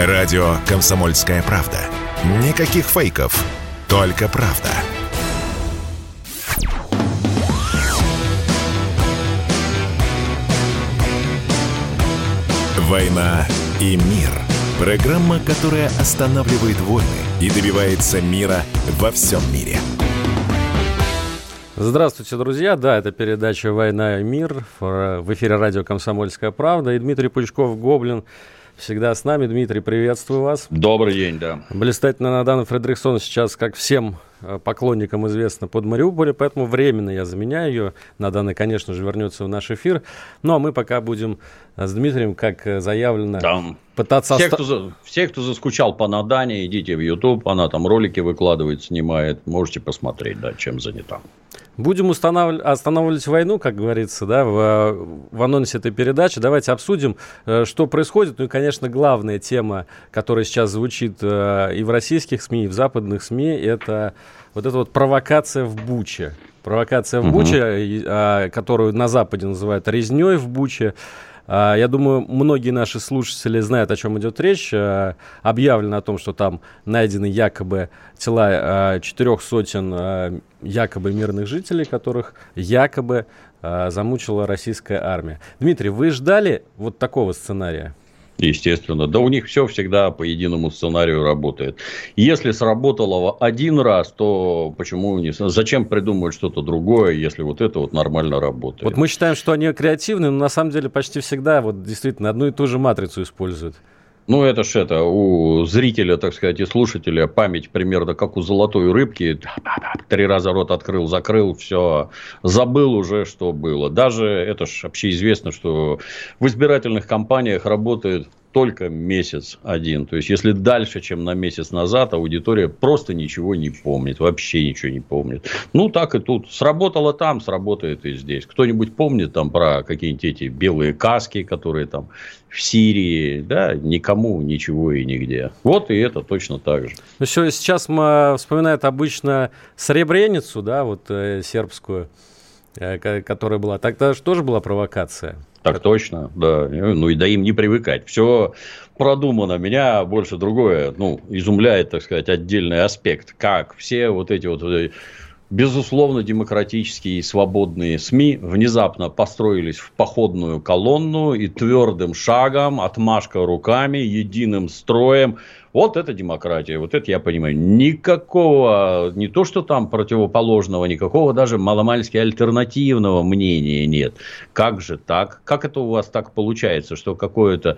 Радио «Комсомольская правда». Никаких фейков, только правда. «Война и мир». Программа, которая останавливает войны и добивается мира во всем мире. Здравствуйте, друзья. Да, это передача «Война и мир». В эфире радио «Комсомольская правда». И Дмитрий Пучков, Гоблин, всегда с нами. Дмитрий, приветствую вас. Добрый день, да. Блистательно Надана Фредериксон сейчас, как всем поклонникам известно, под Мариуполем, поэтому временно я заменяю ее. Надана, конечно же, вернется в наш эфир. Ну, а мы пока будем с Дмитрием, как заявлено, пытаться... Все, кто заскучал по Надане, идите в YouTube, она там ролики выкладывает, снимает. Можете посмотреть, да, чем занята. Будем останавливать войну, как говорится, да, в анонсе этой передачи. Давайте обсудим, что происходит. Ну и, конечно, главная тема, которая сейчас звучит и в российских СМИ, и в западных СМИ, это вот эта вот провокация в Буче. Провокация в Буче, которую на Западе называют резней в Буче. Я думаю, многие наши слушатели знают, о чем идет речь. Объявлено о том, что там найдены якобы тела 400 якобы мирных жителей, которых якобы замучила российская армия. Дмитрий, вы ждали вот такого сценария? Естественно. Да у них все всегда по единому сценарию работает. Если сработало один раз, то почему не... Зачем придумывать что-то другое, если вот это вот нормально работает? Вот мы считаем, что они креативны, но на самом деле почти всегда вот действительно одну и ту же матрицу используют. Ну, это ж у зрителя, так сказать, и слушателя память примерно как у золотой рыбки. 3 раза рот открыл, закрыл, все, забыл уже, что было. Даже это ж общеизвестно, что в избирательных кампаниях работает только месяц один. То есть, если дальше, чем на месяц назад, аудитория просто ничего не помнит. Вообще ничего не помнит. Ну, так и тут. Сработало там, сработает и здесь. Кто-нибудь помнит там про какие-нибудь эти белые каски, которые там в Сирии? Да, никому ничего и нигде. Вот и это точно так же. Ну, сейчас вспоминают обычно Сребреницу, да, вот сербскую, которая была. Тогда же тоже была провокация. Так точно, да. Ну, и да им не привыкать. Все продумано. Меня больше другое, изумляет, так сказать, отдельный аспект. Как все вот эти вот, безусловно, демократические и свободные СМИ внезапно построились в походную колонну и твердым шагом, отмашка руками, единым строем. Вот это демократия, вот это я понимаю. Никакого, не то что там противоположного, никакого даже маломальски альтернативного мнения нет. Как же так? Как это у вас так получается, что какое-то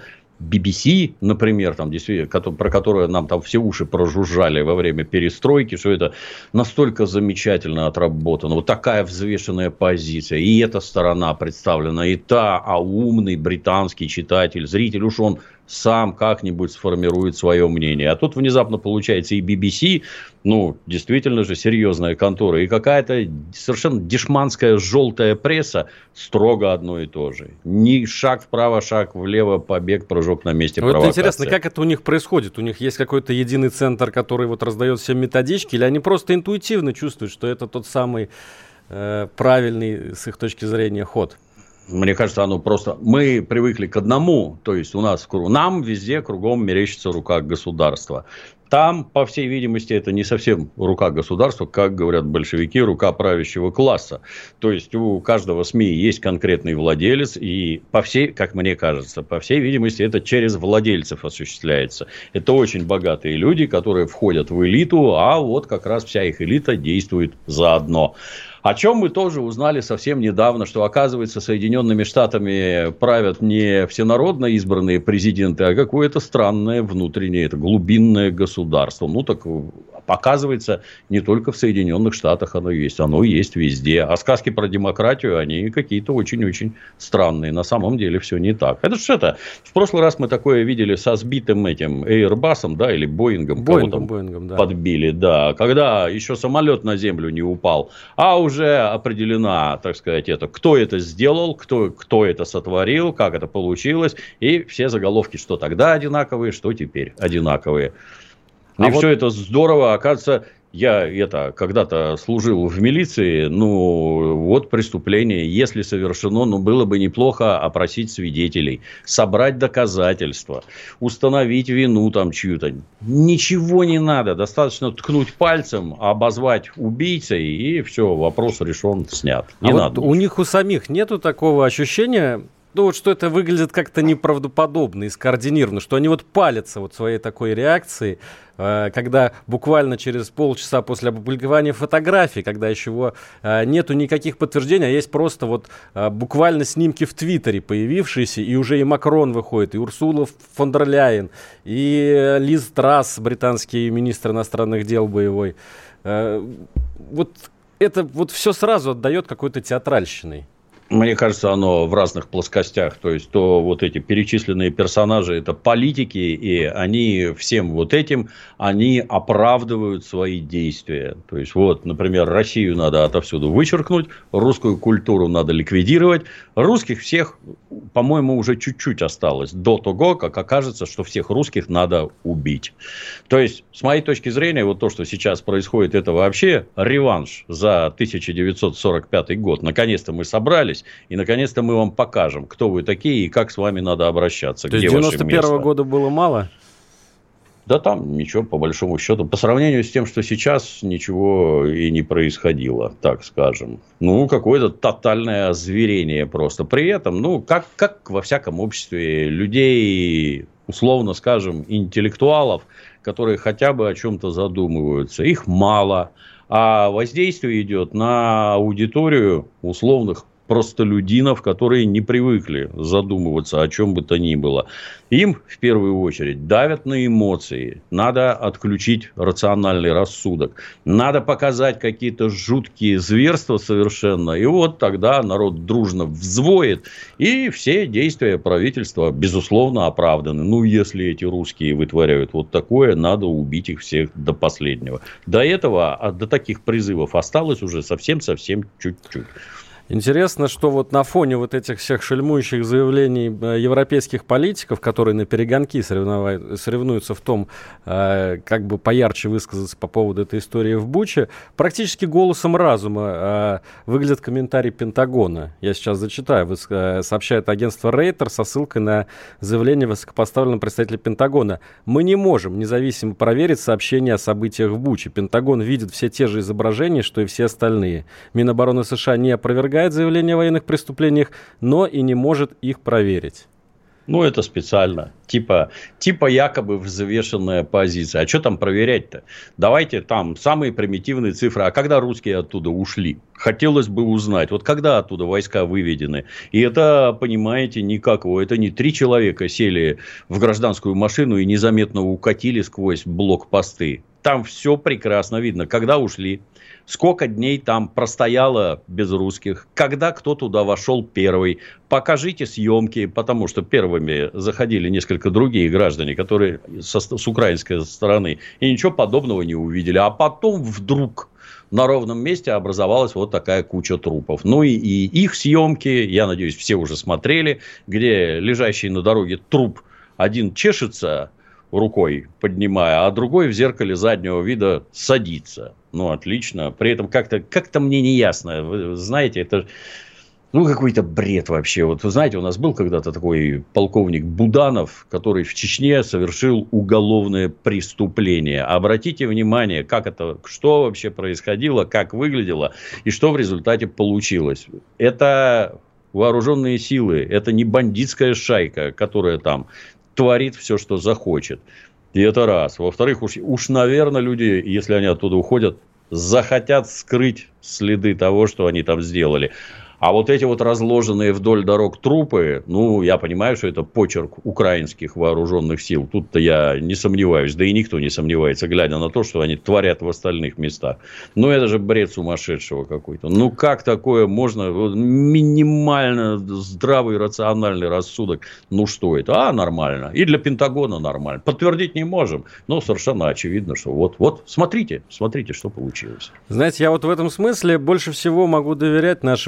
BBC, например, там, действительно, про которое нам там все уши прожужжали во время перестройки, что это настолько замечательно отработано, вот такая взвешенная позиция, и эта сторона представлена, и та, а умный британский читатель, зритель, уж он сам как-нибудь сформирует свое мнение. А тут внезапно получается и BBC, действительно же серьезная контора, и какая-то совершенно дешманская желтая пресса, строго одно и то же. Ни шаг вправо, шаг влево, побег, прыжок на месте, провокация. Вот интересно, как это у них происходит? У них есть какой-то единый центр, который вот раздает всем методички, или они просто интуитивно чувствуют, что это тот самый правильный, с их точки зрения, ход? Мне кажется, оно просто... Мы привыкли к одному, то есть, нам везде кругом мерещится рука государства. Там, по всей видимости, это не совсем рука государства, как говорят большевики, рука правящего класса. То есть, у каждого СМИ есть конкретный владелец, и как мне кажется, по всей видимости, это через владельцев осуществляется. Это очень богатые люди, которые входят в элиту, а вот как раз вся их элита действует заодно. О чем мы тоже узнали совсем недавно, что, оказывается, Соединенными Штатами правят не всенародно избранные президенты, а какое-то странное внутреннее, это глубинное государство. Так оказывается, не только в Соединенных Штатах оно есть везде. А сказки про демократию, они какие-то очень-очень странные. На самом деле все не так. Это же это. В прошлый раз мы такое видели со сбитым этим Airbus'ом, да, или Боингом. Боингом, да. Подбили, да. Когда еще самолет на землю не упал, а уже определена, так сказать, кто это сделал, кто это сотворил, как это получилось. И все заголовки, что тогда одинаковые, что теперь одинаковые. И все это здорово, оказывается, Я когда-то служил в милиции, вот преступление, если совершено, было бы неплохо опросить свидетелей, собрать доказательства, установить вину там чью-то. Ничего не надо, достаточно ткнуть пальцем, обозвать убийцей, и все, вопрос решен, снят. Не надо. У них у самих нету такого ощущения... что это выглядит как-то неправдоподобно и скоординированно, что они палятся своей такой реакцией, когда буквально через полчаса после опубликования фотографий, когда еще нету никаких подтверждений, а есть просто буквально снимки в Твиттере появившиеся, и уже и Макрон выходит, и Урсула фон дер Ляйен, и Лиз Трасс, британский министр иностранных дел боевой. Это все сразу отдает какой-то театральщиной. Мне кажется, оно в разных плоскостях. То есть, эти перечисленные персонажи – это политики, и они всем этим, они оправдывают свои действия. То есть, например, Россию надо отовсюду вычеркнуть, русскую культуру надо ликвидировать. Русских всех, по-моему, уже чуть-чуть осталось до того, как окажется, что всех русских надо убить. То есть, с моей точки зрения, то, что сейчас происходит, это вообще реванш за 1945 год. Наконец-то мы собрались. И, наконец-то, мы вам покажем, кто вы такие и как с вами надо обращаться. То есть, 91-го года было мало? Да там ничего, по большому счету. По сравнению с тем, что сейчас, ничего и не происходило, так скажем. Какое-то тотальное озверение просто. При этом, как во всяком обществе людей, условно скажем, интеллектуалов, которые хотя бы о чем-то задумываются. Их мало. А воздействие идет на аудиторию условных простолюдинов, которые не привыкли задумываться о чем бы то ни было. Им, в первую очередь, давят на эмоции. Надо отключить рациональный рассудок. Надо показать какие-то жуткие зверства совершенно. И тогда народ дружно взвоет. И все действия правительства, безусловно, оправданы. Если эти русские вытворяют такое, надо убить их всех до последнего. До таких призывов осталось уже совсем-совсем чуть-чуть. Интересно, что на фоне этих всех шельмующих заявлений европейских политиков, которые на перегонки соревнуются в том, как бы поярче высказаться по поводу этой истории в Буче, практически голосом разума выглядит комментарий Пентагона. Я сейчас зачитаю. Сообщает агентство Рейтер со ссылкой на заявление высокопоставленного представителя Пентагона. «Мы не можем независимо проверить сообщения о событиях в Буче. Пентагон видит все те же изображения, что и все остальные. Минобороны США не опровергает заявления о военных преступлениях, но и не может их проверить». Это специально. Типа якобы взвешенная позиция. А что там проверять-то? Давайте там самые примитивные цифры. А когда русские оттуда ушли? Хотелось бы узнать. Когда оттуда войска выведены? И это, понимаете, никакого. Это не 3 человека сели в гражданскую машину и незаметно укатили сквозь блокпосты. Там все прекрасно видно. Когда ушли? Сколько дней там простояло без русских? Когда кто туда вошел первый? Покажите съемки, потому что первыми заходили несколько другие граждане, которые с украинской стороны, и ничего подобного не увидели. А потом вдруг на ровном месте образовалась такая куча трупов. И их съемки, я надеюсь, все уже смотрели, где лежащий на дороге труп один чешется рукой поднимая, а другой в зеркале заднего вида садится. Отлично. При этом как-то мне не ясно. Вы знаете, это какой-то бред вообще. Вы знаете, у нас был когда-то такой полковник Буданов, который в Чечне совершил уголовное преступление. Обратите внимание, что вообще происходило, как выглядело и что в результате получилось. Это вооруженные силы, это не бандитская шайка, которая там творит все, что захочет. И это раз. Во-вторых, уж, наверное, люди, если они оттуда уходят, захотят скрыть следы того, что они там сделали. А эти разложенные вдоль дорог трупы, я понимаю, что это почерк украинских вооруженных сил. Тут-то я не сомневаюсь, да и никто не сомневается, глядя на то, что они творят в остальных местах. Это же бред сумасшедшего какой-то. Как такое можно? Минимально здравый, рациональный рассудок. Что это? Нормально. И для Пентагона нормально. Подтвердить не можем, но совершенно очевидно, что смотрите, что получилось. Знаете, я в этом смысле больше всего могу доверять нашему корреспонденту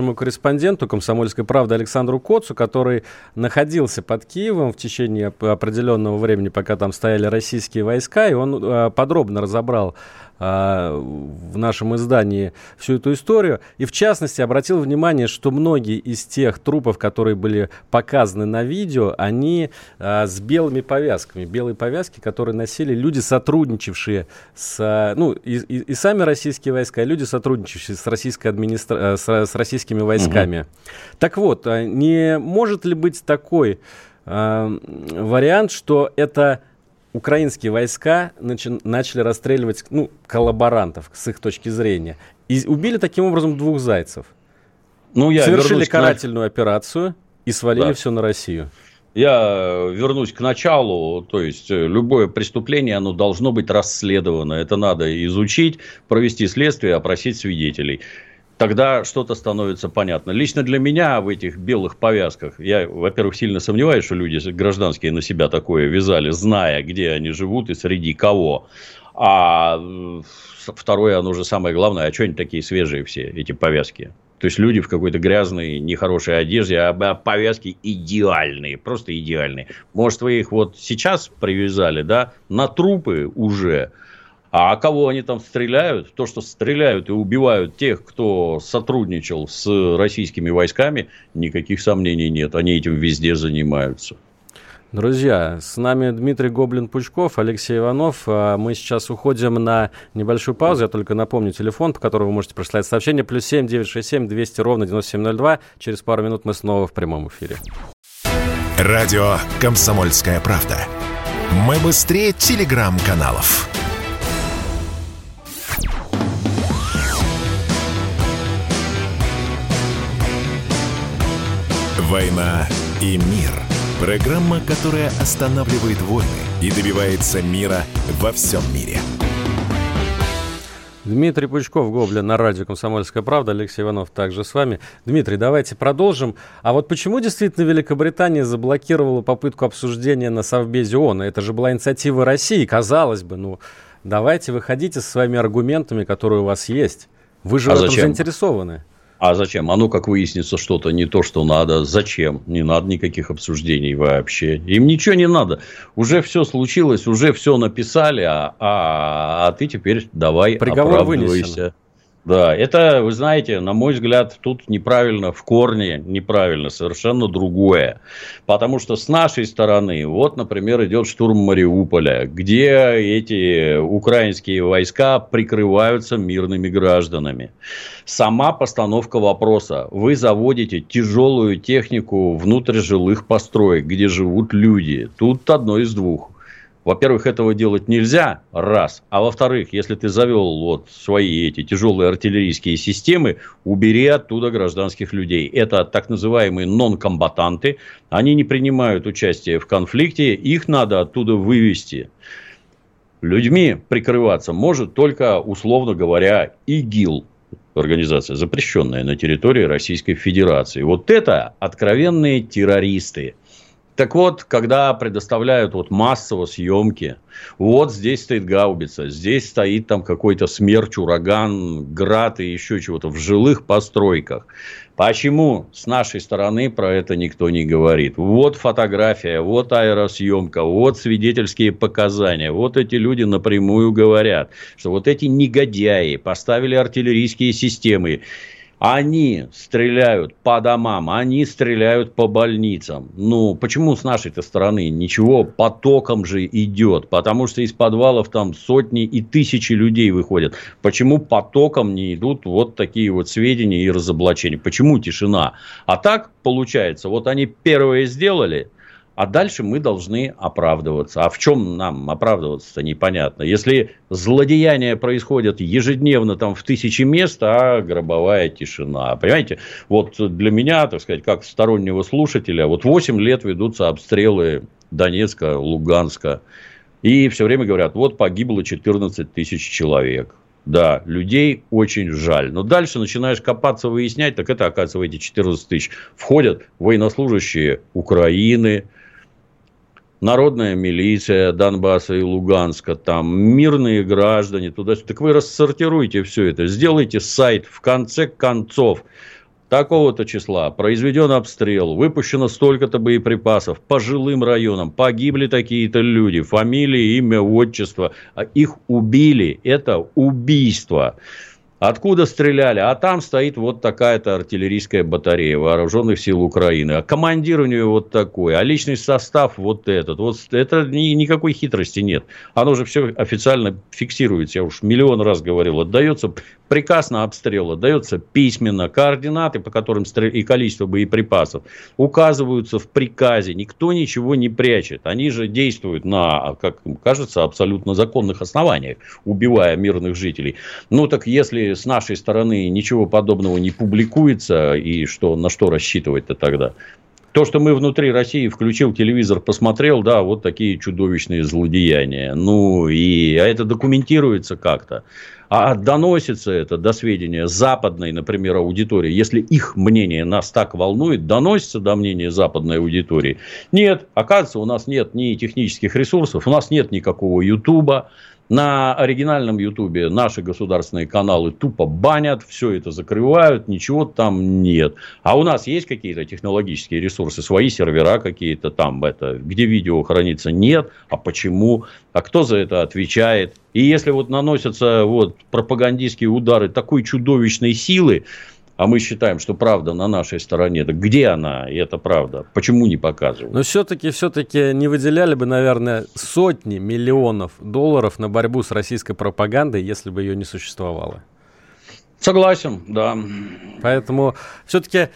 корреспонденту «Комсомольской правды» Александру Коцу, который находился под Киевом в течение определенного времени, пока там стояли российские войска, и он подробно разобрал в нашем издании всю эту историю. И в частности обратил внимание, что многие из тех трупов, которые были показаны на видео, они с белыми повязками. Белые повязки, которые носили люди, сотрудничавшие с... и сами российские войска, и люди, сотрудничавшие с российской с российскими войсками. Так вот, не может ли быть такой вариант, что это... украинские войска начали расстреливать коллаборантов с их точки зрения. И убили таким образом 2 зайцев. Совершили карательную операцию и свалили все на Россию. Я вернусь к началу. То есть, любое преступление, оно должно быть расследовано. Это надо изучить, провести следствие, опросить свидетелей. Тогда что-то становится понятно. Лично для меня в этих белых повязках, я, во-первых, сильно сомневаюсь, что люди гражданские на себя такое вязали, зная, где они живут и среди кого. А второе, оно же самое главное, а что они такие свежие все, эти повязки? То есть, люди в какой-то грязной, нехорошей одежде, а повязки идеальные, просто идеальные. Может, вы их вот сейчас привязали, да, на трупы уже. А кого они там стреляют? То, что стреляют и убивают тех, кто сотрудничал с российскими войсками, никаких сомнений нет. Они этим везде занимаются. Друзья, с нами Дмитрий Гоблин-Пучков, Алексей Иванов. Мы сейчас уходим на небольшую паузу. Я только напомню телефон, по которому вы можете присылать сообщение. +7 967 200 ровно 9702. Через пару минут мы снова в прямом эфире. Радио «Комсомольская правда». Мы быстрее телеграм-каналов. «Война и мир». Программа, которая останавливает войны и добивается мира во всем мире. Дмитрий Пучков, Гоблин, на радио «Комсомольская правда». Алексей Иванов также с вами. Дмитрий, давайте продолжим. А вот почему действительно Великобритания заблокировала попытку обсуждения на Совбезе ООН? Это же была инициатива России, казалось бы. Давайте выходите со своими аргументами, которые у вас есть. Вы же в этом заинтересованы. А зачем? А как выяснится что-то не то, что надо. Зачем? Не надо никаких обсуждений вообще. Им ничего не надо. Уже все случилось, уже все написали, а ты теперь давай оправдывайся. Вынесен. Да, это, вы знаете, на мой взгляд, тут неправильно, в корне неправильно, совершенно другое. Потому что с нашей стороны, вот, например, идет штурм Мариуполя, где эти украинские войска прикрываются мирными гражданами. Сама постановка вопроса. Вы заводите тяжелую технику внутрь жилых построек, где живут люди. Тут одно из двух. Во-первых, этого делать нельзя, раз. А во-вторых, если ты завел свои эти тяжелые артиллерийские системы, убери оттуда гражданских людей. Это так называемые нон-комбатанты. Они не принимают участие в конфликте. Их надо оттуда вывести. Людьми прикрываться может только, условно говоря, ИГИЛ. Организация, запрещенная на территории Российской Федерации. Вот это откровенные террористы. Так вот, когда предоставляют массово съемки, здесь стоит гаубица, здесь стоит там какой-то смерч, ураган, град и еще чего-то в жилых постройках. Почему с нашей стороны про это никто не говорит? Вот фотография, вот аэросъемка, вот свидетельские показания. Вот эти люди напрямую говорят, что вот эти негодяи поставили артиллерийские системы. Они стреляют по домам, они стреляют по больницам. Почему с нашей-то стороны ничего потоком же идет? Потому что из подвалов там сотни и тысячи людей выходят. Почему потоком не идут вот такие сведения и разоблачения? Почему тишина? А так получается, они первые сделали, а дальше мы должны оправдываться. А в чем нам оправдываться-то непонятно. Если злодеяния происходят ежедневно там в 1000 мест, а гробовая тишина. Понимаете? Для меня, так сказать, как стороннего слушателя, 8 лет ведутся обстрелы Донецка, Луганска. И все время говорят, погибло 14 тысяч человек. Да, людей очень жаль. Но дальше начинаешь копаться, выяснять, так это, оказывается, в эти 14 тысяч входят военнослужащие Украины, народная милиция Донбасса и Луганска, там мирные граждане, туда-сюда. Так вы рассортируйте все это, сделайте сайт, в конце концов. такого-то числа произведен обстрел, выпущено столько-то боеприпасов по жилым районам, погибли такие-то люди, фамилии, имя, отчество, их убили, это убийство. Откуда стреляли? А там стоит вот такая-то артиллерийская батарея вооруженных сил Украины. А командир у нее вот такой. А личный состав вот этот. Вот это никакой хитрости нет. Оно же все официально фиксируется. Я уж миллион раз говорил. Отдается приказ на обстрел. Отдается письменно. Координаты, по которым и количество боеприпасов указываются в приказе. Никто ничего не прячет. Они же действуют на, как кажется, абсолютно законных основаниях, убивая мирных жителей. Ну так если с нашей стороны ничего подобного не публикуется, и на что рассчитывать-то тогда? То, что мы внутри России включил телевизор, посмотрел, да, вот такие чудовищные злодеяния. А это документируется как-то. А доносится это до сведения западной, например, аудитории. Если их мнение нас так волнует, доносится до мнения западной аудитории. Нет, оказывается, у нас нет ни технических ресурсов, у нас нет никакого Ютуба. На оригинальном Ютубе наши государственные каналы тупо банят, все это закрывают, ничего там нет. А у нас есть какие-то технологические ресурсы, свои сервера какие-то там, где видео хранится? Нет. А почему? А кто за это отвечает? И если вот наносятся пропагандистские удары такой чудовищной силы, а мы считаем, что правда на нашей стороне, так где она, и это правда? Почему не показывают? Но все-таки не выделяли бы, наверное, сотни миллионов долларов на борьбу с российской пропагандой, если бы ее не существовало. Согласен, да. Поэтому все-таки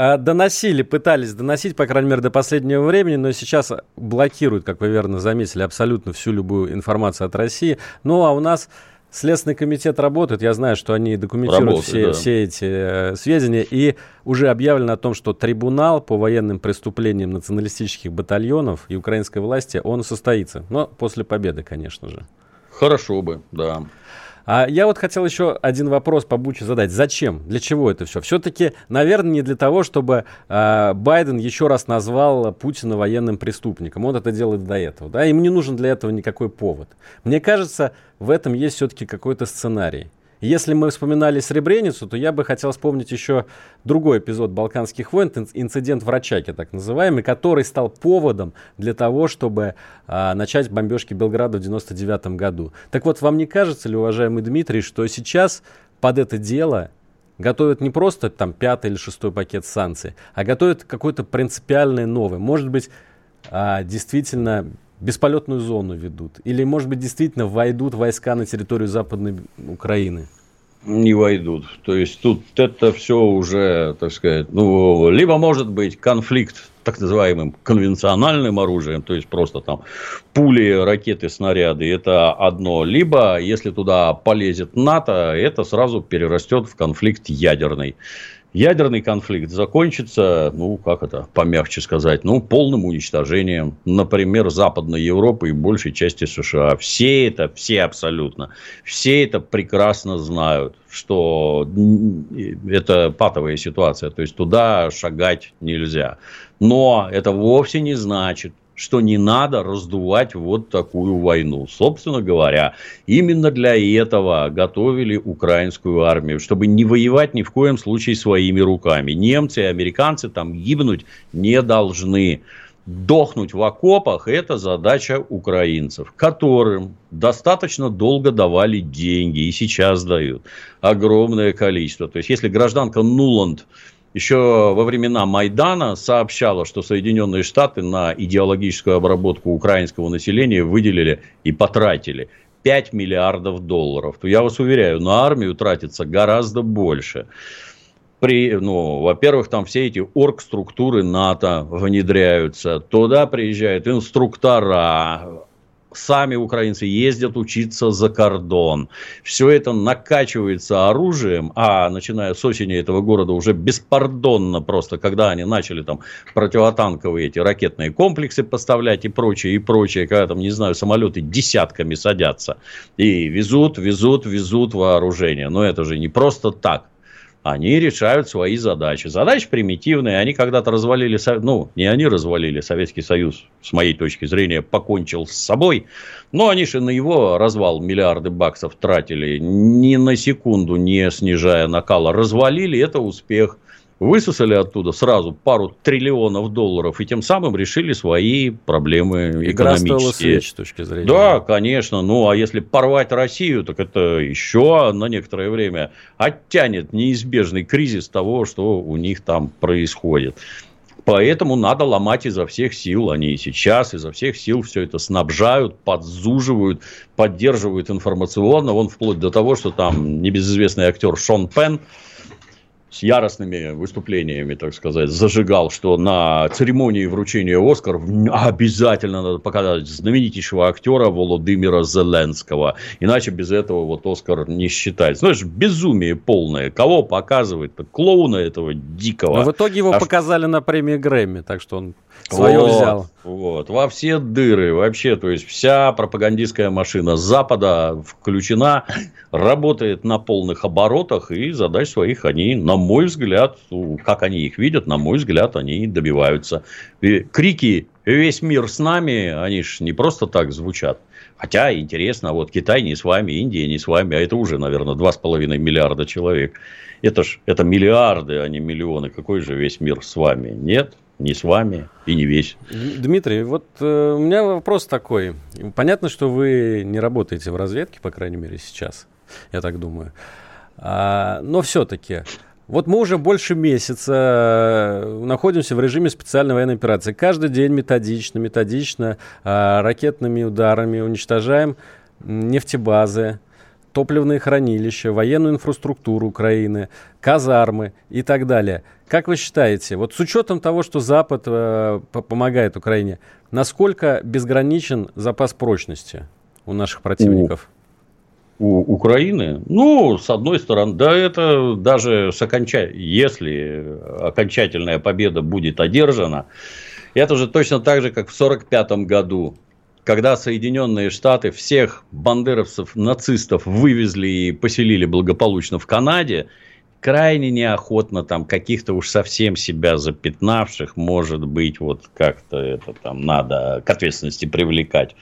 пытались доносить, по крайней мере, до последнего времени, но сейчас блокируют, как вы верно заметили, абсолютно всю любую информацию от России. Ну, а у нас Следственный комитет работает, я знаю, что они документируют все эти сведения, и уже объявлено о том, что трибунал по военным преступлениям националистических батальонов и украинской власти, он состоится, но после победы, конечно же. Хорошо бы, да. А я хотел еще один вопрос по Буче задать. Зачем? Для чего это все? Все-таки, наверное, не для того, чтобы Байден еще раз назвал Путина военным преступником. Он это делает до этого. Да? Им не нужен для этого никакой повод. Мне кажется, в этом есть все-таки какой-то сценарий. Если мы вспоминали Сребреницу, то я бы хотел вспомнить еще другой эпизод Балканских войн, инцидент в Рачаке, так называемый, который стал поводом для того, чтобы начать бомбежки Белграда в 1999 году. Так вот, вам не кажется ли, уважаемый Дмитрий, что сейчас под это дело готовят не просто 5-й или 6-й пакет санкций, а готовят какой-то принципиальный новый? Может быть, действительно бесполетную зону ведут? Или, может быть, действительно войдут войска на территорию Западной Украины? Не войдут. То есть, тут это все уже, так сказать, либо может быть конфликт так называемым конвенциональным оружием, то есть, просто там пули, ракеты, снаряды, это одно. Либо, если туда полезет НАТО, это сразу перерастет в конфликт ядерный. Ядерный конфликт закончится, помягче сказать, полным уничтожением, например, Западной Европы и большей части США. Все это прекрасно знают, что это патовая ситуация, то есть, туда шагать нельзя. Но это вовсе не значит, что не надо раздувать вот такую войну. Собственно говоря, именно для этого готовили украинскую армию, чтобы не воевать ни в коем случае своими руками. Немцы и американцы там гибнуть не должны. Дохнуть в окопах – это задача украинцев, которым достаточно долго давали деньги и сейчас дают огромное количество. То есть, если гражданка Нуланд еще во времена Майдана сообщала, что Соединенные Штаты на идеологическую обработку украинского населения выделили и потратили 5 миллиардов долларов, то я вас уверяю, на армию тратится гораздо больше. Во-первых, там все эти оргструктуры НАТО внедряются, туда приезжают инструктора, сами украинцы ездят учиться за кордон. Все это накачивается оружием, а начиная с осени этого года уже беспардонно просто, когда они начали там противотанковые эти ракетные комплексы поставлять и прочее, когда там, не знаю, самолеты десятками садятся и везут вооружение. Но это же не просто так. Они решают свои задачи. Задачи примитивные. Они когда-то развалили... не они развалили. Советский Союз, с моей точки зрения, покончил с собой. Но они же на его развал миллиарды баксов тратили. Ни на секунду не снижая накала. Развалили. Это успех. высосали оттуда сразу пару триллионов долларов и тем самым решили свои проблемы экономические. Игра стоила свеч с точки зрения. Да, конечно. Ну, а если порвать Россию, так это еще на некоторое время оттянет неизбежный кризис того, что у них там происходит. Поэтому надо ломать изо всех сил. Они и сейчас изо всех сил все это снабжают, подзуживают, поддерживают информационно. Вон вплоть до того, что там небезызвестный актер Шон Пенн с яростными выступлениями, так сказать, зажигал, что на церемонии вручения «Оскар» обязательно надо показать знаменитейшего актера Володимира Зеленского. Иначе без этого вот «Оскар» не считается. Ну, это же безумие полное. Кого показывать-то? Клоуна этого дикого. Но в итоге его показали на премии Грэмми, так что он свое взял. Вот, во все дыры вообще, то есть вся пропагандистская машина Запада включена, работает на полных оборотах, и задач своих они, на мой взгляд, как они их видят, на мой взгляд, они добиваются. И крики «Весь мир с нами», они ж не просто так звучат. Хотя интересно, вот Китай не с вами, Индия не с вами, а это уже, наверное, 2,5 миллиарда человек. Это миллиарды, а не миллионы. Какой же весь мир с вами? Нет. Не с вами и не весь. Дмитрий, вот у меня вопрос такой. Понятно, что вы не работаете в разведке, по крайней мере, сейчас, я так думаю. Но все-таки, вот мы уже больше месяца находимся в режиме специальной военной операции. Каждый день методично ракетными ударами уничтожаем нефтебазы, топливные хранилища, военную инфраструктуру Украины, казармы и так далее. Как вы считаете, вот с учетом того, что Запад помогает Украине, насколько безграничен запас прочности у наших противников? У Украины? Ну, с одной стороны, да, это даже если окончательная победа будет одержана, это же точно так же, как в 1945 году. Когда Соединенные Штаты всех бандеровцев, нацистов вывезли и поселили благополучно в Канаде, крайне неохотно там каких-то уж совсем себя запятнавших, может быть, вот как-то это там надо к ответственности привлекать.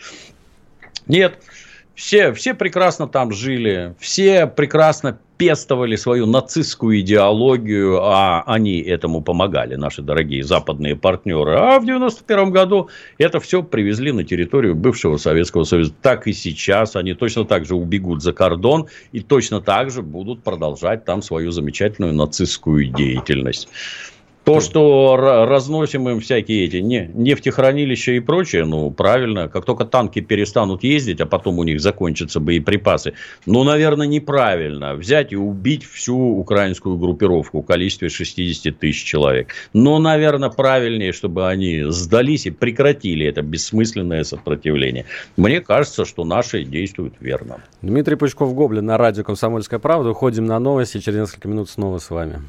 Нет, все прекрасно там жили, все прекрасно пестовали свою нацистскую идеологию, а они этому помогали, наши дорогие западные партнеры. А в 1991 году это все привезли на территорию бывшего Советского Союза. Так и сейчас они точно так же убегут за кордон и точно так же будут продолжать там свою замечательную нацистскую деятельность. То, что разносим им всякие эти нефтехранилища и прочее, ну, правильно, как только танки перестанут ездить, а потом у них закончатся боеприпасы, ну, наверное, неправильно взять и убить всю украинскую группировку в количестве 60 тысяч человек. Но, наверное, правильнее, чтобы они сдались и прекратили это бессмысленное сопротивление. Мне кажется, что наши действуют верно. Дмитрий Пучков-Гоблин на радио «Комсомольская правда». Уходим на новости, через несколько минут снова с вами.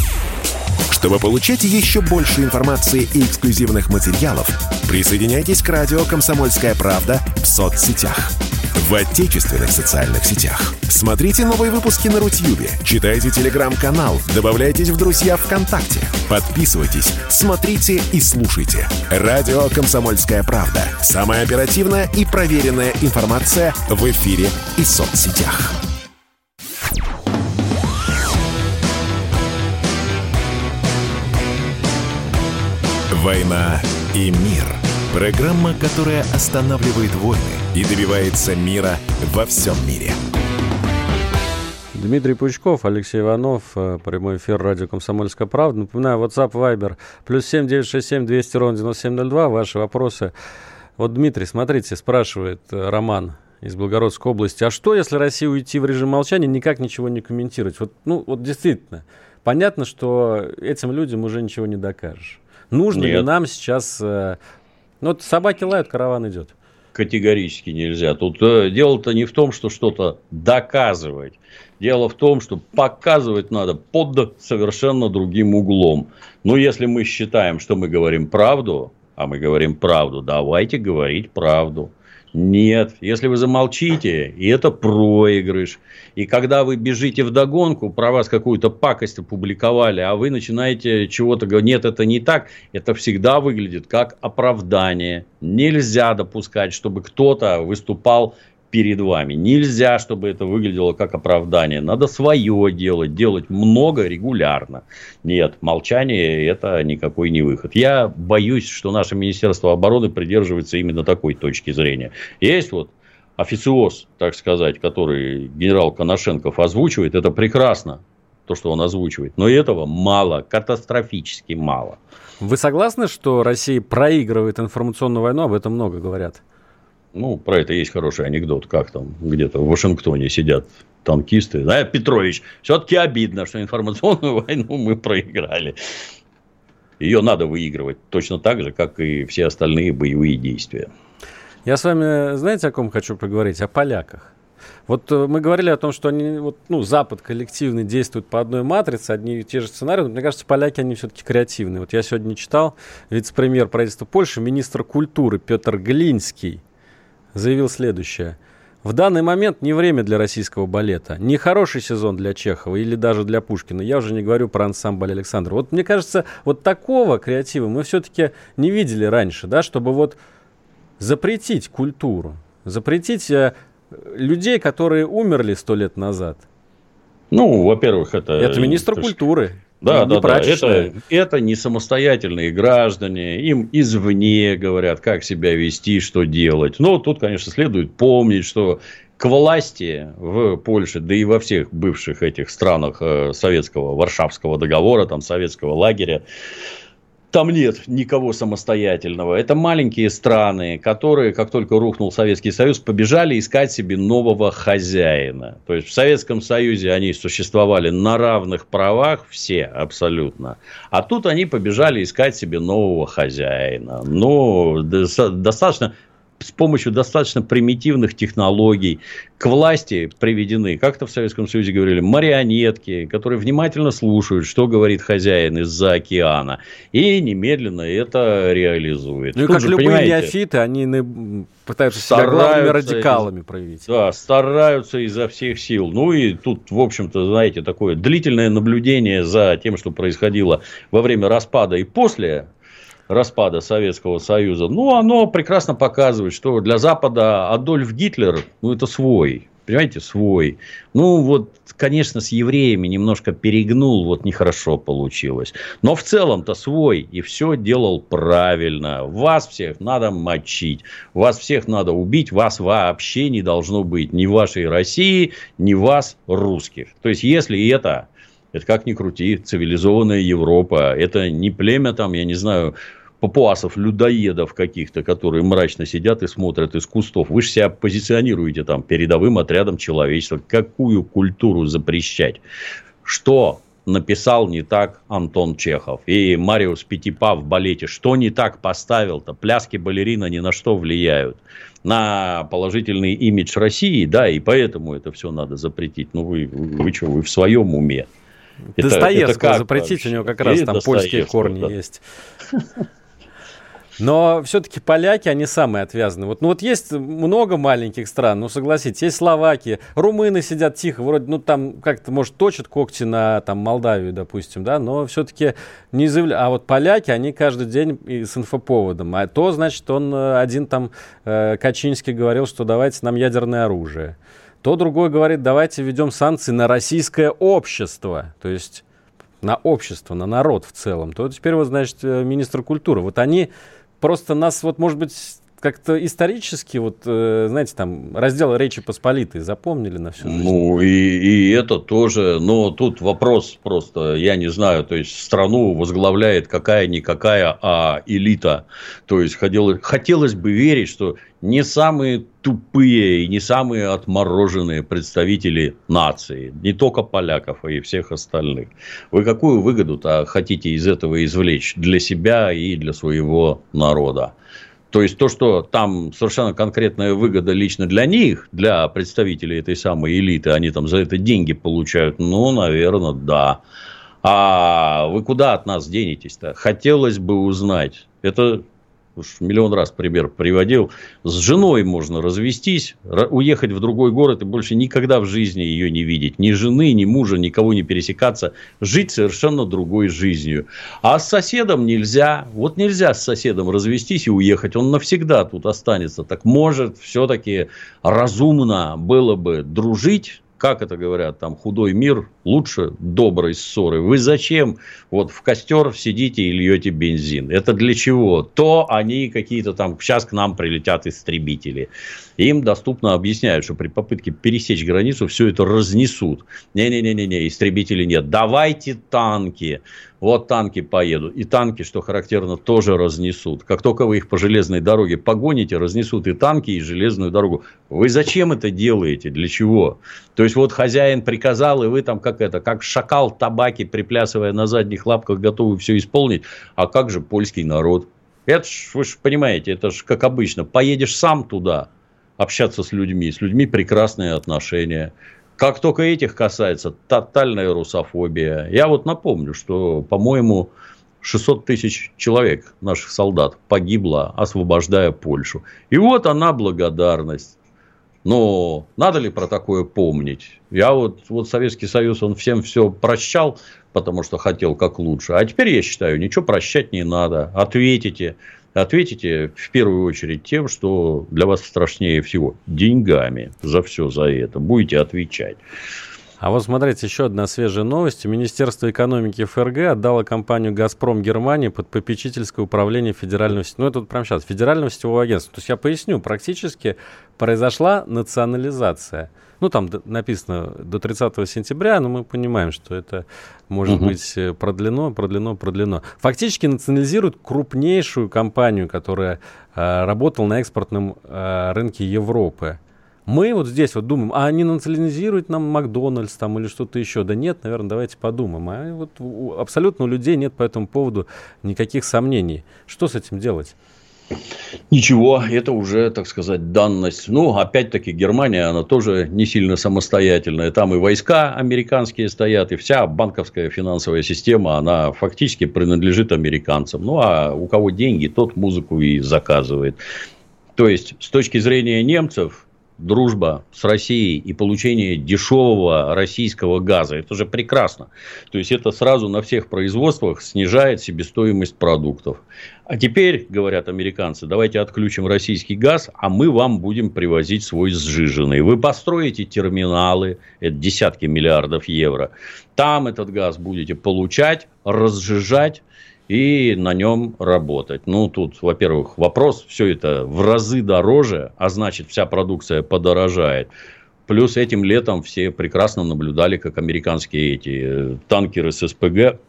Чтобы получать еще больше информации и эксклюзивных материалов, присоединяйтесь к радио «Комсомольская правда» в соцсетях. В отечественных социальных сетях. Смотрите новые выпуски на Рутьюбе, читайте телеграм-канал, добавляйтесь в друзья ВКонтакте, подписывайтесь, смотрите и слушайте. Радио «Комсомольская правда». Самая оперативная и проверенная информация в эфире и соцсетях. «Война и мир». Программа, которая останавливает войны и добивается мира во всем мире. Дмитрий Пучков, Алексей Иванов, прямой эфир радио «Комсомольская правда». Напоминаю, WhatsApp, Viber, +7 967 200 9702. Ваши вопросы. Вот, Дмитрий, смотрите, спрашивает Роман из Белгородской области. А что, если Россия уйти в режим молчания, никак ничего не комментировать? Вот действительно, понятно, что этим людям уже ничего не докажешь. Нужно ли нам сейчас... вот собаки лают, караван идет. Категорически нельзя. Тут дело-то не в том, что что-то доказывать. Дело в том, что показывать надо под совершенно другим углом. Но если мы считаем, что мы говорим правду, а мы говорим правду, давайте говорить правду. Нет, если вы замолчите, и это проигрыш. И когда вы бежите вдогонку, про вас какую-то пакость опубликовали, а вы начинаете чего-то говорить, нет, это не так, это всегда выглядит как оправдание. Нельзя допускать, чтобы кто-то выступал перед вами. Нельзя, чтобы это выглядело как оправдание. Надо свое делать много регулярно. Нет, молчание – это никакой не выход. Я боюсь, что наше Министерство обороны придерживается именно такой точки зрения. Есть вот официоз, так сказать, который генерал Коношенков озвучивает. Это прекрасно, то, что он озвучивает. Но этого мало, катастрофически мало. Вы согласны, что Россия проигрывает информационную войну? Об этом много говорят. Ну, про это есть хороший анекдот. Как там где-то в Вашингтоне сидят танкисты. Да, Петрович, все-таки обидно, что информационную войну мы проиграли. Ее надо выигрывать точно так же, как и все остальные боевые действия. Я с вами, знаете, о ком хочу поговорить? О поляках. Вот мы говорили о том, что они, Запад коллективно действует по одной матрице, одни и те же сценарии. Но мне кажется, поляки, они все-таки креативные. Вот я сегодня читал, вице-премьер правительства Польши, министр культуры Петр Глинский заявил следующее. В данный момент не время для российского балета. Не хороший сезон для Чехова или даже для Пушкина. Я уже не говорю про ансамбль Александра. Вот мне кажется, вот такого креатива мы все-таки не видели раньше, да, чтобы запретить культуру, запретить людей, которые умерли 100 лет назад. Ну, во-первых, это министр культуры. Да. Это не самостоятельные граждане, им извне говорят, как себя вести, что делать. Но тут, конечно, следует помнить, что к власти в Польше, да и во всех бывших этих странах советского Варшавского договора, там, советского лагеря, там нет никого самостоятельного. Это маленькие страны, которые, как только рухнул Советский Союз, побежали искать себе нового хозяина. То есть в Советском Союзе они существовали на равных правах, все абсолютно. А тут они побежали искать себе нового хозяина. Но с помощью достаточно примитивных технологий к власти приведены, как-то в Советском Союзе говорили, марионетки, которые внимательно слушают, что говорит хозяин из-за океана, и немедленно это реализует. Ну, и как любые неофиты, они пытаются себя главными радикалами проявить. Да, стараются изо всех сил. Ну, и тут, в общем-то, знаете, такое длительное наблюдение за тем, что происходило во время распада и после распада Советского Союза, оно прекрасно показывает, что для Запада Адольф Гитлер, это свой, понимаете, свой. Конечно, с евреями немножко перегнул, нехорошо получилось. Но в целом-то свой, и все делал правильно. Вас всех надо мочить, вас всех надо убить, вас вообще не должно быть ни в вашей России, ни вас, русских. То есть, если это как ни крути, цивилизованная Европа. Это не племя я не знаю, папуасов-людоедов каких-то, которые мрачно сидят и смотрят из кустов. Вы же себя позиционируете передовым отрядом человечества. Какую культуру запрещать? Что написал не так Антон Чехов? И Мариус Петипа в балете. Что не так поставил-то? Пляски балерина ни на что влияют. На положительный имидж России, да, и поэтому это все надо запретить. Вы что, вы в своем уме? Достоевского запретить, у него как раз там польские корни есть. Но все-таки поляки, они самые отвязанные. Есть много маленьких стран, согласитесь, есть Словакия, румыны сидят тихо, вроде, там как-то, может, точат когти на Молдавию, допустим, да, но все-таки не заявляют. А поляки, они каждый день с инфоповодом. А то, значит, он один Качинский говорил, что давайте нам ядерное оружие. То другой говорит, давайте введем санкции на российское общество, то есть на общество, на народ в целом. То теперь значит, министр культуры. Они просто нас, может быть, как-то исторически, знаете, раздел Речи Посполитой запомнили на всю жизнь. И это тоже, но тут вопрос просто, я не знаю, то есть страну возглавляет какая-никакая, а элита. То есть хотелось бы верить, что не самые тупые и не самые отмороженные представители нации, не только поляков, а и всех остальных. Вы какую выгоду-то хотите из этого извлечь для себя и для своего народа? То есть, то, что там совершенно конкретная выгода лично для них, для представителей этой самой элиты, они за это деньги получают, наверное, да. А вы куда от нас денетесь-то? Хотелось бы узнать. Это уж миллион раз пример приводил, с женой можно развестись, уехать в другой город и больше никогда в жизни ее не видеть. Ни жены, ни мужа, никого не пересекаться. Жить совершенно другой жизнью. А с соседом нельзя. Вот нельзя с соседом развестись и уехать. Он навсегда тут останется. Так может, все-таки разумно было бы дружить. Как это говорят, там худой мир лучше доброй ссоры. Вы зачем вот в костер сидите и льете бензин? Это для чего? То они какие-то там, сейчас к нам прилетят истребители. Им доступно объясняют, что при попытке пересечь границу все это разнесут. Не-не-не, истребителей нет. Давайте танки. Вот танки поедут. И танки, что характерно, тоже разнесут. Как только вы их по железной дороге погоните, разнесут и танки, и железную дорогу. Вы зачем это делаете? Для чего? То есть, вот хозяин приказал, и вы там как шакал табаки, приплясывая на задних лапках, готовы все исполнить. А как же польский народ? Это ж, вы же понимаете, это ж как обычно. Поедешь сам туда общаться с людьми прекрасные отношения. Как только этих касается, тотальная русофобия. Я вот напомню, что, по-моему, 600 тысяч человек, наших солдат, погибло, освобождая Польшу. И вот она благодарность. Но надо ли про такое помнить? Я вот Советский Союз, он всем все прощал, потому что хотел как лучше. А теперь, я считаю, ничего прощать не надо. Ответите в первую очередь тем, что для вас страшнее всего. Деньгами за все за это. Будете отвечать. А вот смотрите, еще одна свежая новость. Министерство экономики ФРГ отдало компанию «Газпром» Германии под попечительское управление Федерального сетевого агентства. То есть, я поясню, практически произошла национализация. Ну, там написано до 30 сентября, но мы понимаем, что это может быть продлено. Фактически национализируют крупнейшую компанию, которая работала на экспортном рынке Европы. Мы вот здесь вот думаем, а не национализирует нам Макдональдс там или что-то еще? Да нет, наверное, давайте подумаем. А вот абсолютно у людей нет по этому поводу никаких сомнений. Что с этим делать? Ничего, это уже, так сказать, данность. Ну, опять-таки, Германия, она тоже не сильно самостоятельная. Там и войска американские стоят, и вся банковская финансовая система, она фактически принадлежит американцам. Ну, а у кого деньги, тот музыку и заказывает. То есть, с точки зрения немцев, дружба с Россией и получение дешевого российского газа. Это же прекрасно. То есть, это сразу на всех производствах снижает себестоимость продуктов. А теперь, говорят американцы, давайте отключим российский газ, а мы вам будем привозить свой сжиженный. Вы построите терминалы, это десятки миллиардов евро. Там этот газ будете получать, разжижать и на нем работать. Ну, тут, во-первых, вопрос, все это в разы дороже, а значит, вся продукция подорожает. Плюс этим летом все прекрасно наблюдали, как американские эти танкеры с СПГ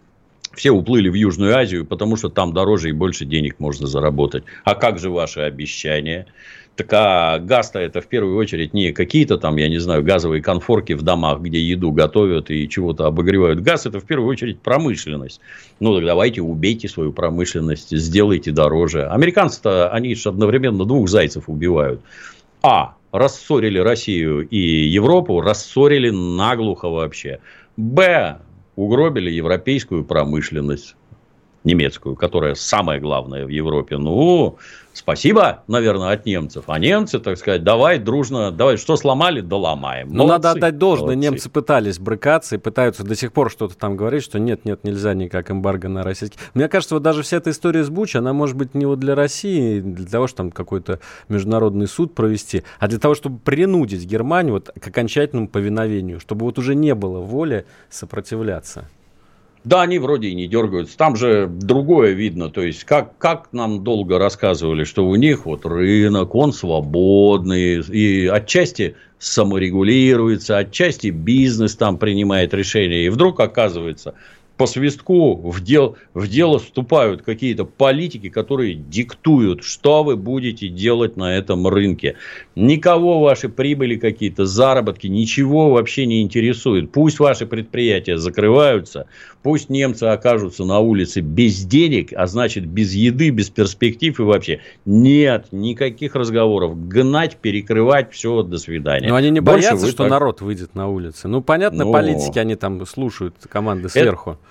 все уплыли в Южную Азию, потому что там дороже и больше денег можно заработать. А как же ваши обещания? Так а газ-то это в первую очередь не какие-то там, я не знаю, газовые конфорки в домах, где еду готовят и чего-то обогревают. Газ это в первую очередь промышленность. Ну так давайте убейте свою промышленность, сделайте дороже. Американцы-то, они же одновременно двух зайцев убивают. А, рассорили Россию и Европу, рассорили наглухо вообще. Б, угробили европейскую промышленность. Немецкую, которая самая главная в Европе. Ну, спасибо, наверное, от немцев. А немцы, так сказать, давай дружно, давай, что сломали, доломаем. Ну, надо отдать должное. Немцы пытались брыкаться и пытаются до сих пор что-то там говорить, что нет, нельзя никак эмбарго на российский. Мне кажется, вот даже вся эта история с Бучей, она может быть не вот для России, для того, чтобы там какой-то международный суд провести, а для того, чтобы принудить Германию вот к окончательному повиновению, чтобы вот уже не было воли сопротивляться. Да, они вроде и не дергаются. Там же другое видно. То есть, как нам долго рассказывали, что у них вот рынок, он свободный. И отчасти саморегулируется, отчасти бизнес там принимает решения. И вдруг оказывается, по свистку в дело вступают какие-то политики, которые диктуют, что вы будете делать на этом рынке. Никого ваши прибыли какие-то, заработки, ничего вообще не интересует. Пусть ваши предприятия закрываются, пусть немцы окажутся на улице без денег, а значит без еды, без перспектив и вообще. Нет никаких разговоров. Гнать, перекрывать, все, до свидания. Но они не боятся, что народ выйдет на улицы. Ну, понятно, политики, они там слушают команды сверху.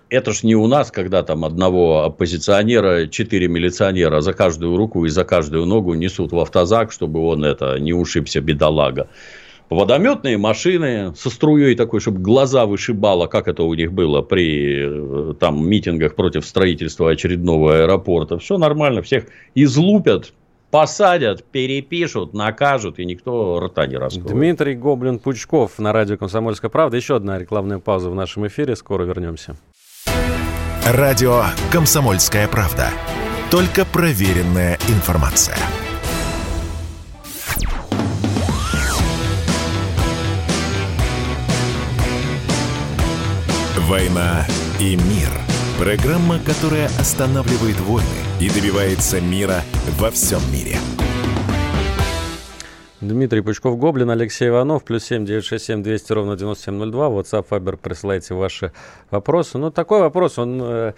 это ж не у нас, когда там одного оппозиционера 4 милиционера за каждую руку и за каждую ногу несут в автозак, чтобы он не ушибся, бедолага. Водометные машины со струей такой, чтобы глаза вышибало, как это у них было при там митингах против строительства очередного аэропорта. Все нормально, всех излупят, посадят, перепишут, накажут, и никто рта не раскроет. Дмитрий Гоблин-Пучков на радио «Комсомольская правда». Еще одна рекламная пауза в нашем эфире. Скоро вернемся. Радио «Комсомольская правда». Только проверенная информация. «Война и мир». Программа, которая останавливает войны и добивается мира во всем мире. Дмитрий Пучков-Гоблин, Алексей Иванов, +7 967 200 ровно 9702. WhatsApp, Viber, присылайте ваши вопросы. Ну, такой вопрос, он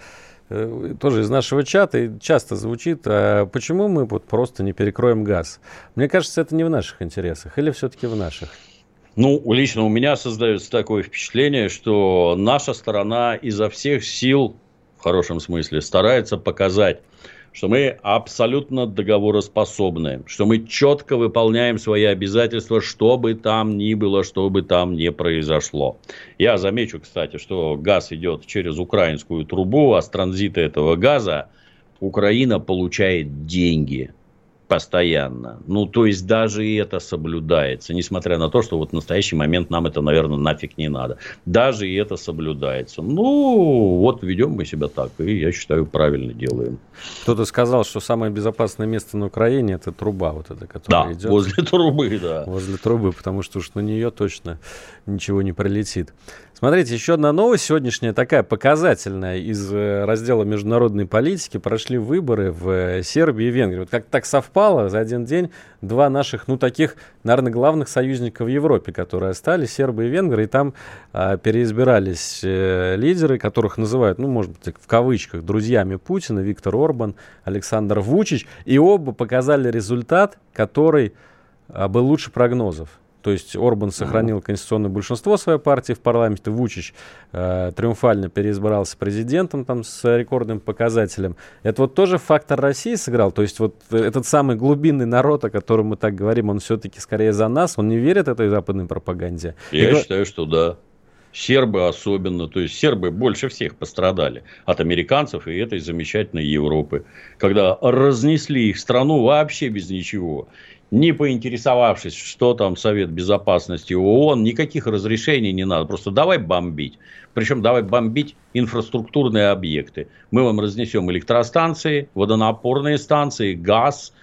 тоже из нашего чата и часто звучит. А почему мы вот просто не перекроем газ? Мне кажется, это не в наших интересах. Или все-таки в наших? Ну, лично у меня создается такое впечатление, что наша сторона изо всех сил, в хорошем смысле, старается показать, что мы абсолютно договороспособны, что мы четко выполняем свои обязательства, что бы там ни было, что бы там ни произошло. Я замечу, кстати, что газ идет через украинскую трубу, а с транзита этого газа Украина получает деньги. Постоянно. Ну, то есть, даже и это соблюдается. Несмотря на то, что вот в настоящий момент нам это, наверное, нафиг не надо. Даже и это соблюдается. Ну, вот ведем мы себя так. И, я считаю, правильно делаем. Кто-то сказал, что самое безопасное место на Украине — это труба вот эта, которая идет. Да, возле трубы, да. Возле трубы, потому что уж на нее точно ничего не прилетит. Смотрите, еще одна новость сегодняшняя, такая показательная, из раздела международной политики. Прошли выборы в Сербии и Венгрии. Вот как так совпало, за один день два наших, ну, таких, наверное, главных союзников в Европе, которые остались, сербы и венгры, и там переизбирались лидеры, которых называют, ну, может быть, в кавычках, друзьями Путина: Виктор Орбан, Александр Вучич, и оба показали результат, который был лучше прогнозов. То есть Орбан сохранил конституционное большинство своей партии в парламенте, Вучич триумфально переизбрался президентом там, с рекордным показателем. Это вот тоже фактор России сыграл. То есть вот этот самый глубинный народ, о котором мы так говорим, он все-таки скорее за нас, он не верит этой западной пропаганде. Я считаю, что да. Сербы особенно, то есть сербы больше всех пострадали от американцев и этой замечательной Европы, когда разнесли их страну вообще без ничего, не поинтересовавшись, что там Совет Безопасности ООН, никаких разрешений не надо, просто давай бомбить. Причем давай бомбить инфраструктурные объекты. Мы вам разнесем электростанции, водонапорные станции, газ,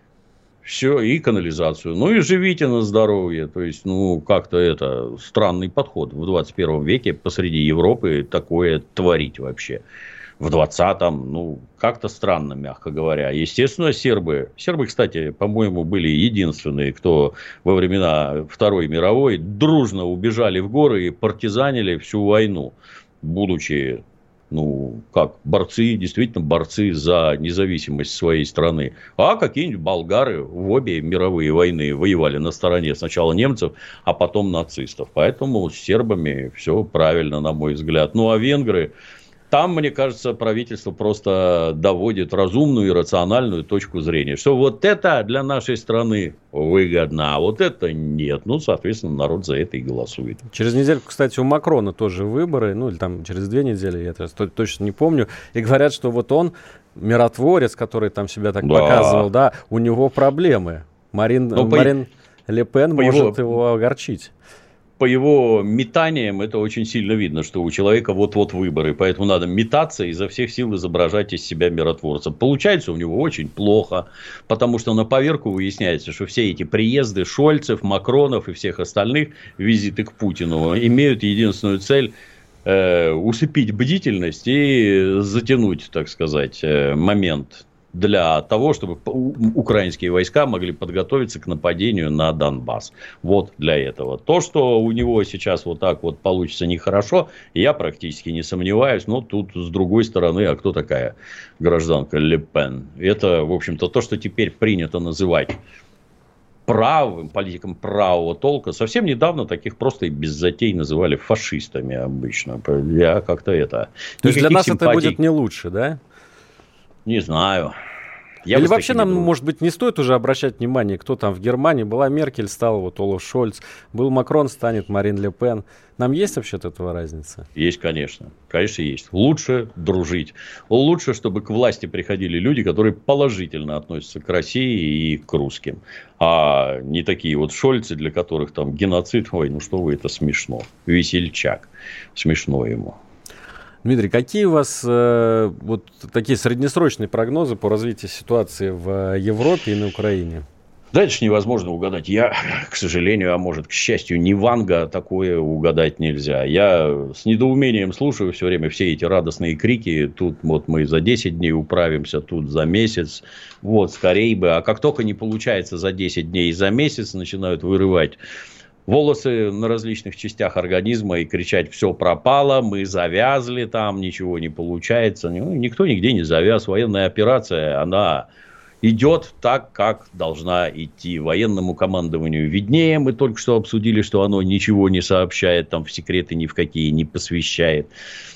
все, и канализацию. Ну и живите на здоровье. То есть, ну, как-то это странный подход в 21 веке посреди Европы такое творить вообще. В 20-м, ну, как-то странно, мягко говоря. Естественно, сербы, кстати, по-моему, были единственные, кто во времена Второй мировой дружно убежали в горы и партизанили всю войну, будучи, ну, как борцы, действительно борцы за независимость своей страны. А какие-нибудь болгары в обе мировые войны воевали на стороне сначала немцев, а потом нацистов. Поэтому с сербами все правильно, на мой взгляд. Ну, а венгры... Там, мне кажется, правительство просто доводит разумную и рациональную точку зрения, что вот это для нашей страны выгодно, а вот это нет. Ну, соответственно, народ за это и голосует. Через недельку, кстати, у Макрона тоже выборы, ну, или там через 2 недели, я точно не помню. И говорят, что вот он, миротворец, который там себя так показывал, да, у него проблемы. Марин Ле Пен может его огорчить. По его метаниям это очень сильно видно, что у человека вот-вот выборы. Поэтому надо метаться и изо всех сил изображать из себя миротворца. Получается у него очень плохо. Потому что на поверку выясняется, что все эти приезды Шольцев, Макронов и всех остальных, визиты к Путину, имеют единственную цель усыпить бдительность и затянуть, так сказать, момент для того, чтобы украинские войска могли подготовиться к нападению на Донбасс. Вот для этого. То, что у него сейчас вот так вот получится нехорошо, я практически не сомневаюсь. Но тут с другой стороны, а кто такая гражданка Ле Пен? Это, в общем-то, то, что теперь принято называть правым, политикам правого толка. Совсем недавно таких просто и без затей называли фашистами обычно. Я как-то это... То есть для нас это будет не лучше, да? Не знаю. Или вообще нам, может быть, не стоит уже обращать внимание, кто там в Германии. Была Меркель, стал вот Олаф Шольц. Был Макрон, станет Марин Ле Пен. Нам есть вообще от этого разница? Есть, конечно. Конечно, есть. Лучше дружить. Лучше, чтобы к власти приходили люди, которые положительно относятся к России и к русским. А не такие вот Шольцы, для которых там геноцид. Ой, ну что вы, это смешно. Весельчак. Смешно ему. Дмитрий, какие у вас вот такие среднесрочные прогнозы по развитию ситуации в Европе и на Украине? Да, это же невозможно угадать. Я, к сожалению, а может, к счастью, не Ванга, такое угадать нельзя. Я с недоумением слушаю все время все эти радостные крики. Тут вот мы за 10 дней управимся, тут за месяц. Вот, скорее бы. А как только не получается за 10 дней и за месяц, начинают вырывать волосы на различных частях организма и кричать: все пропало, мы завязли, там ничего не получается. Никто нигде не завяз. Военная операция, она идет так, как должна идти. Военному командованию виднее. Мы только что обсудили, что оно ничего не сообщает, там в секреты ни в какие не посвящает.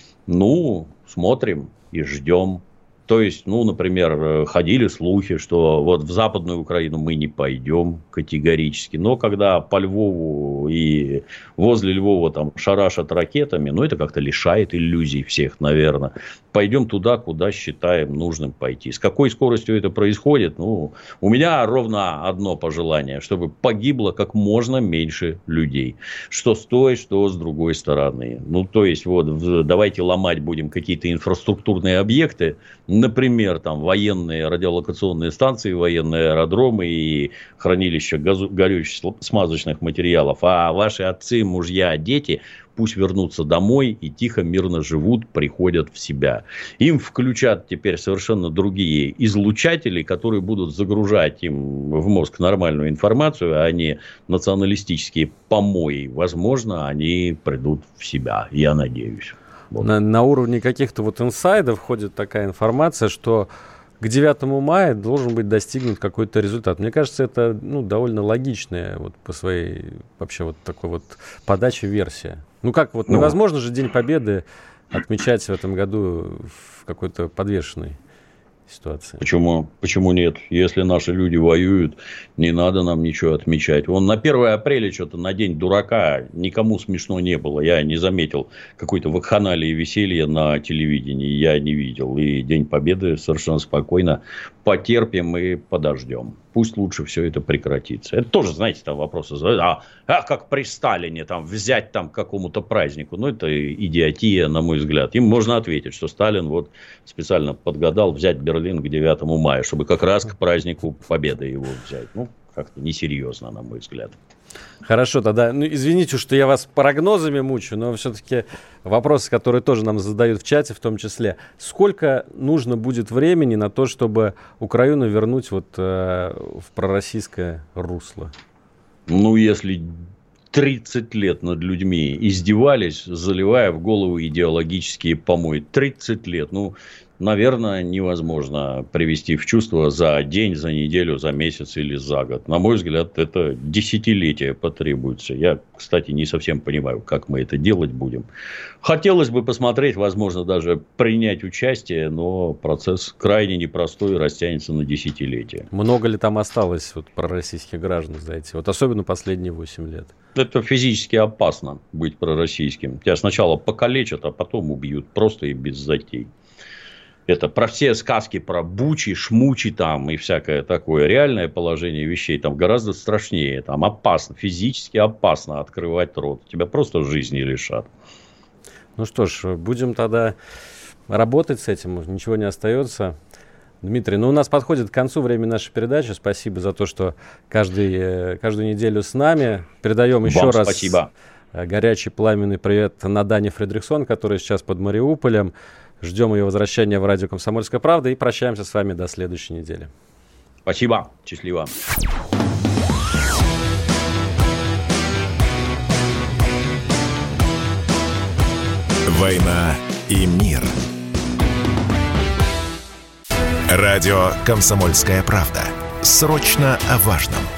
Ну, смотрим и ждем. То есть, ну, например, ходили слухи, что вот в Западную Украину мы не пойдем категорически. Но когда по Львову и возле Львова там шарашат ракетами, ну, это как-то лишает иллюзий всех, наверное. Пойдем туда, куда считаем нужным пойти. С какой скоростью это происходит? Ну, у меня ровно одно пожелание, чтобы погибло как можно меньше людей. Что с той, что с другой стороны. Ну, то есть, вот давайте ломать будем какие-то инфраструктурные объекты. Например, там военные радиолокационные станции, военные аэродромы и хранилища горючих смазочных материалов. А ваши отцы, мужья, дети пусть вернутся домой и тихо, мирно живут, приходят в себя. Им включат теперь совершенно другие излучатели, которые будут загружать им в мозг нормальную информацию, а не националистические помои. Возможно, они придут в себя, я надеюсь. Вот. На уровне каких-то вот инсайдов ходит такая информация, что к 9 мая должен быть достигнут какой-то результат. Мне кажется, это довольно логичная вот по своей вообще вот такой вот подаче версия. Ну как вот невозможно же День Победы отмечать в этом году в какой-то подвешенной ситуации. Почему нет? Если наши люди воюют, не надо нам ничего отмечать. Вон на 1 апреля что-то на День дурака никому смешно не было. Я не заметил какой-то вакханалии и веселья на телевидении. Я не видел. И День Победы совершенно спокойно потерпим и подождем. Пусть лучше все это прекратится. Это тоже, знаете, там вопросы задают. Как при Сталине там взять там какому-то празднику. Ну, это идиотия, на мой взгляд. Им можно ответить, что Сталин вот специально подгадал взять Берлин к 9 мая, чтобы как раз к празднику Победы его взять. Ну, как-то несерьезно, на мой взгляд. Хорошо, тогда, извините, что я вас прогнозами мучаю, но все-таки вопросы, которые тоже нам задают в чате, в том числе. Сколько нужно будет времени на то, чтобы Украину вернуть вот в пророссийское русло? Ну, если 30 лет над людьми издевались, заливая в голову идеологические помои. 30 лет. Наверное, невозможно привести в чувство за день, за неделю, за месяц или за год. На мой взгляд, это десятилетия потребуется. Я, кстати, не совсем понимаю, как мы это делать будем. Хотелось бы посмотреть, возможно, даже принять участие, но процесс крайне непростой и растянется на десятилетия. Много ли там осталось пророссийских граждан, знаете? Вот особенно последние 8 лет. Это физически опасно быть пророссийским. Тебя сначала покалечат, а потом убьют. Просто и без затей. Это про все сказки про Бучи, Шмучи там и всякое такое. Реальное положение вещей там гораздо страшнее. Там опасно, физически опасно открывать рот. Тебя просто жизни лишат. Ну что ж, будем тогда работать с этим. Ничего не остается. Дмитрий, у нас подходит к концу время нашей передачи. Спасибо за то, что каждую неделю с нами. Передаем еще раз спасибо. Горячий пламенный привет Надане Фридрихсон, которая сейчас под Мариуполем. Ждем ее возвращения в радио «Комсомольская правда» и прощаемся с вами до следующей недели. Спасибо. Счастливо. «Война и мир». Радио «Комсомольская правда». Срочно о важном.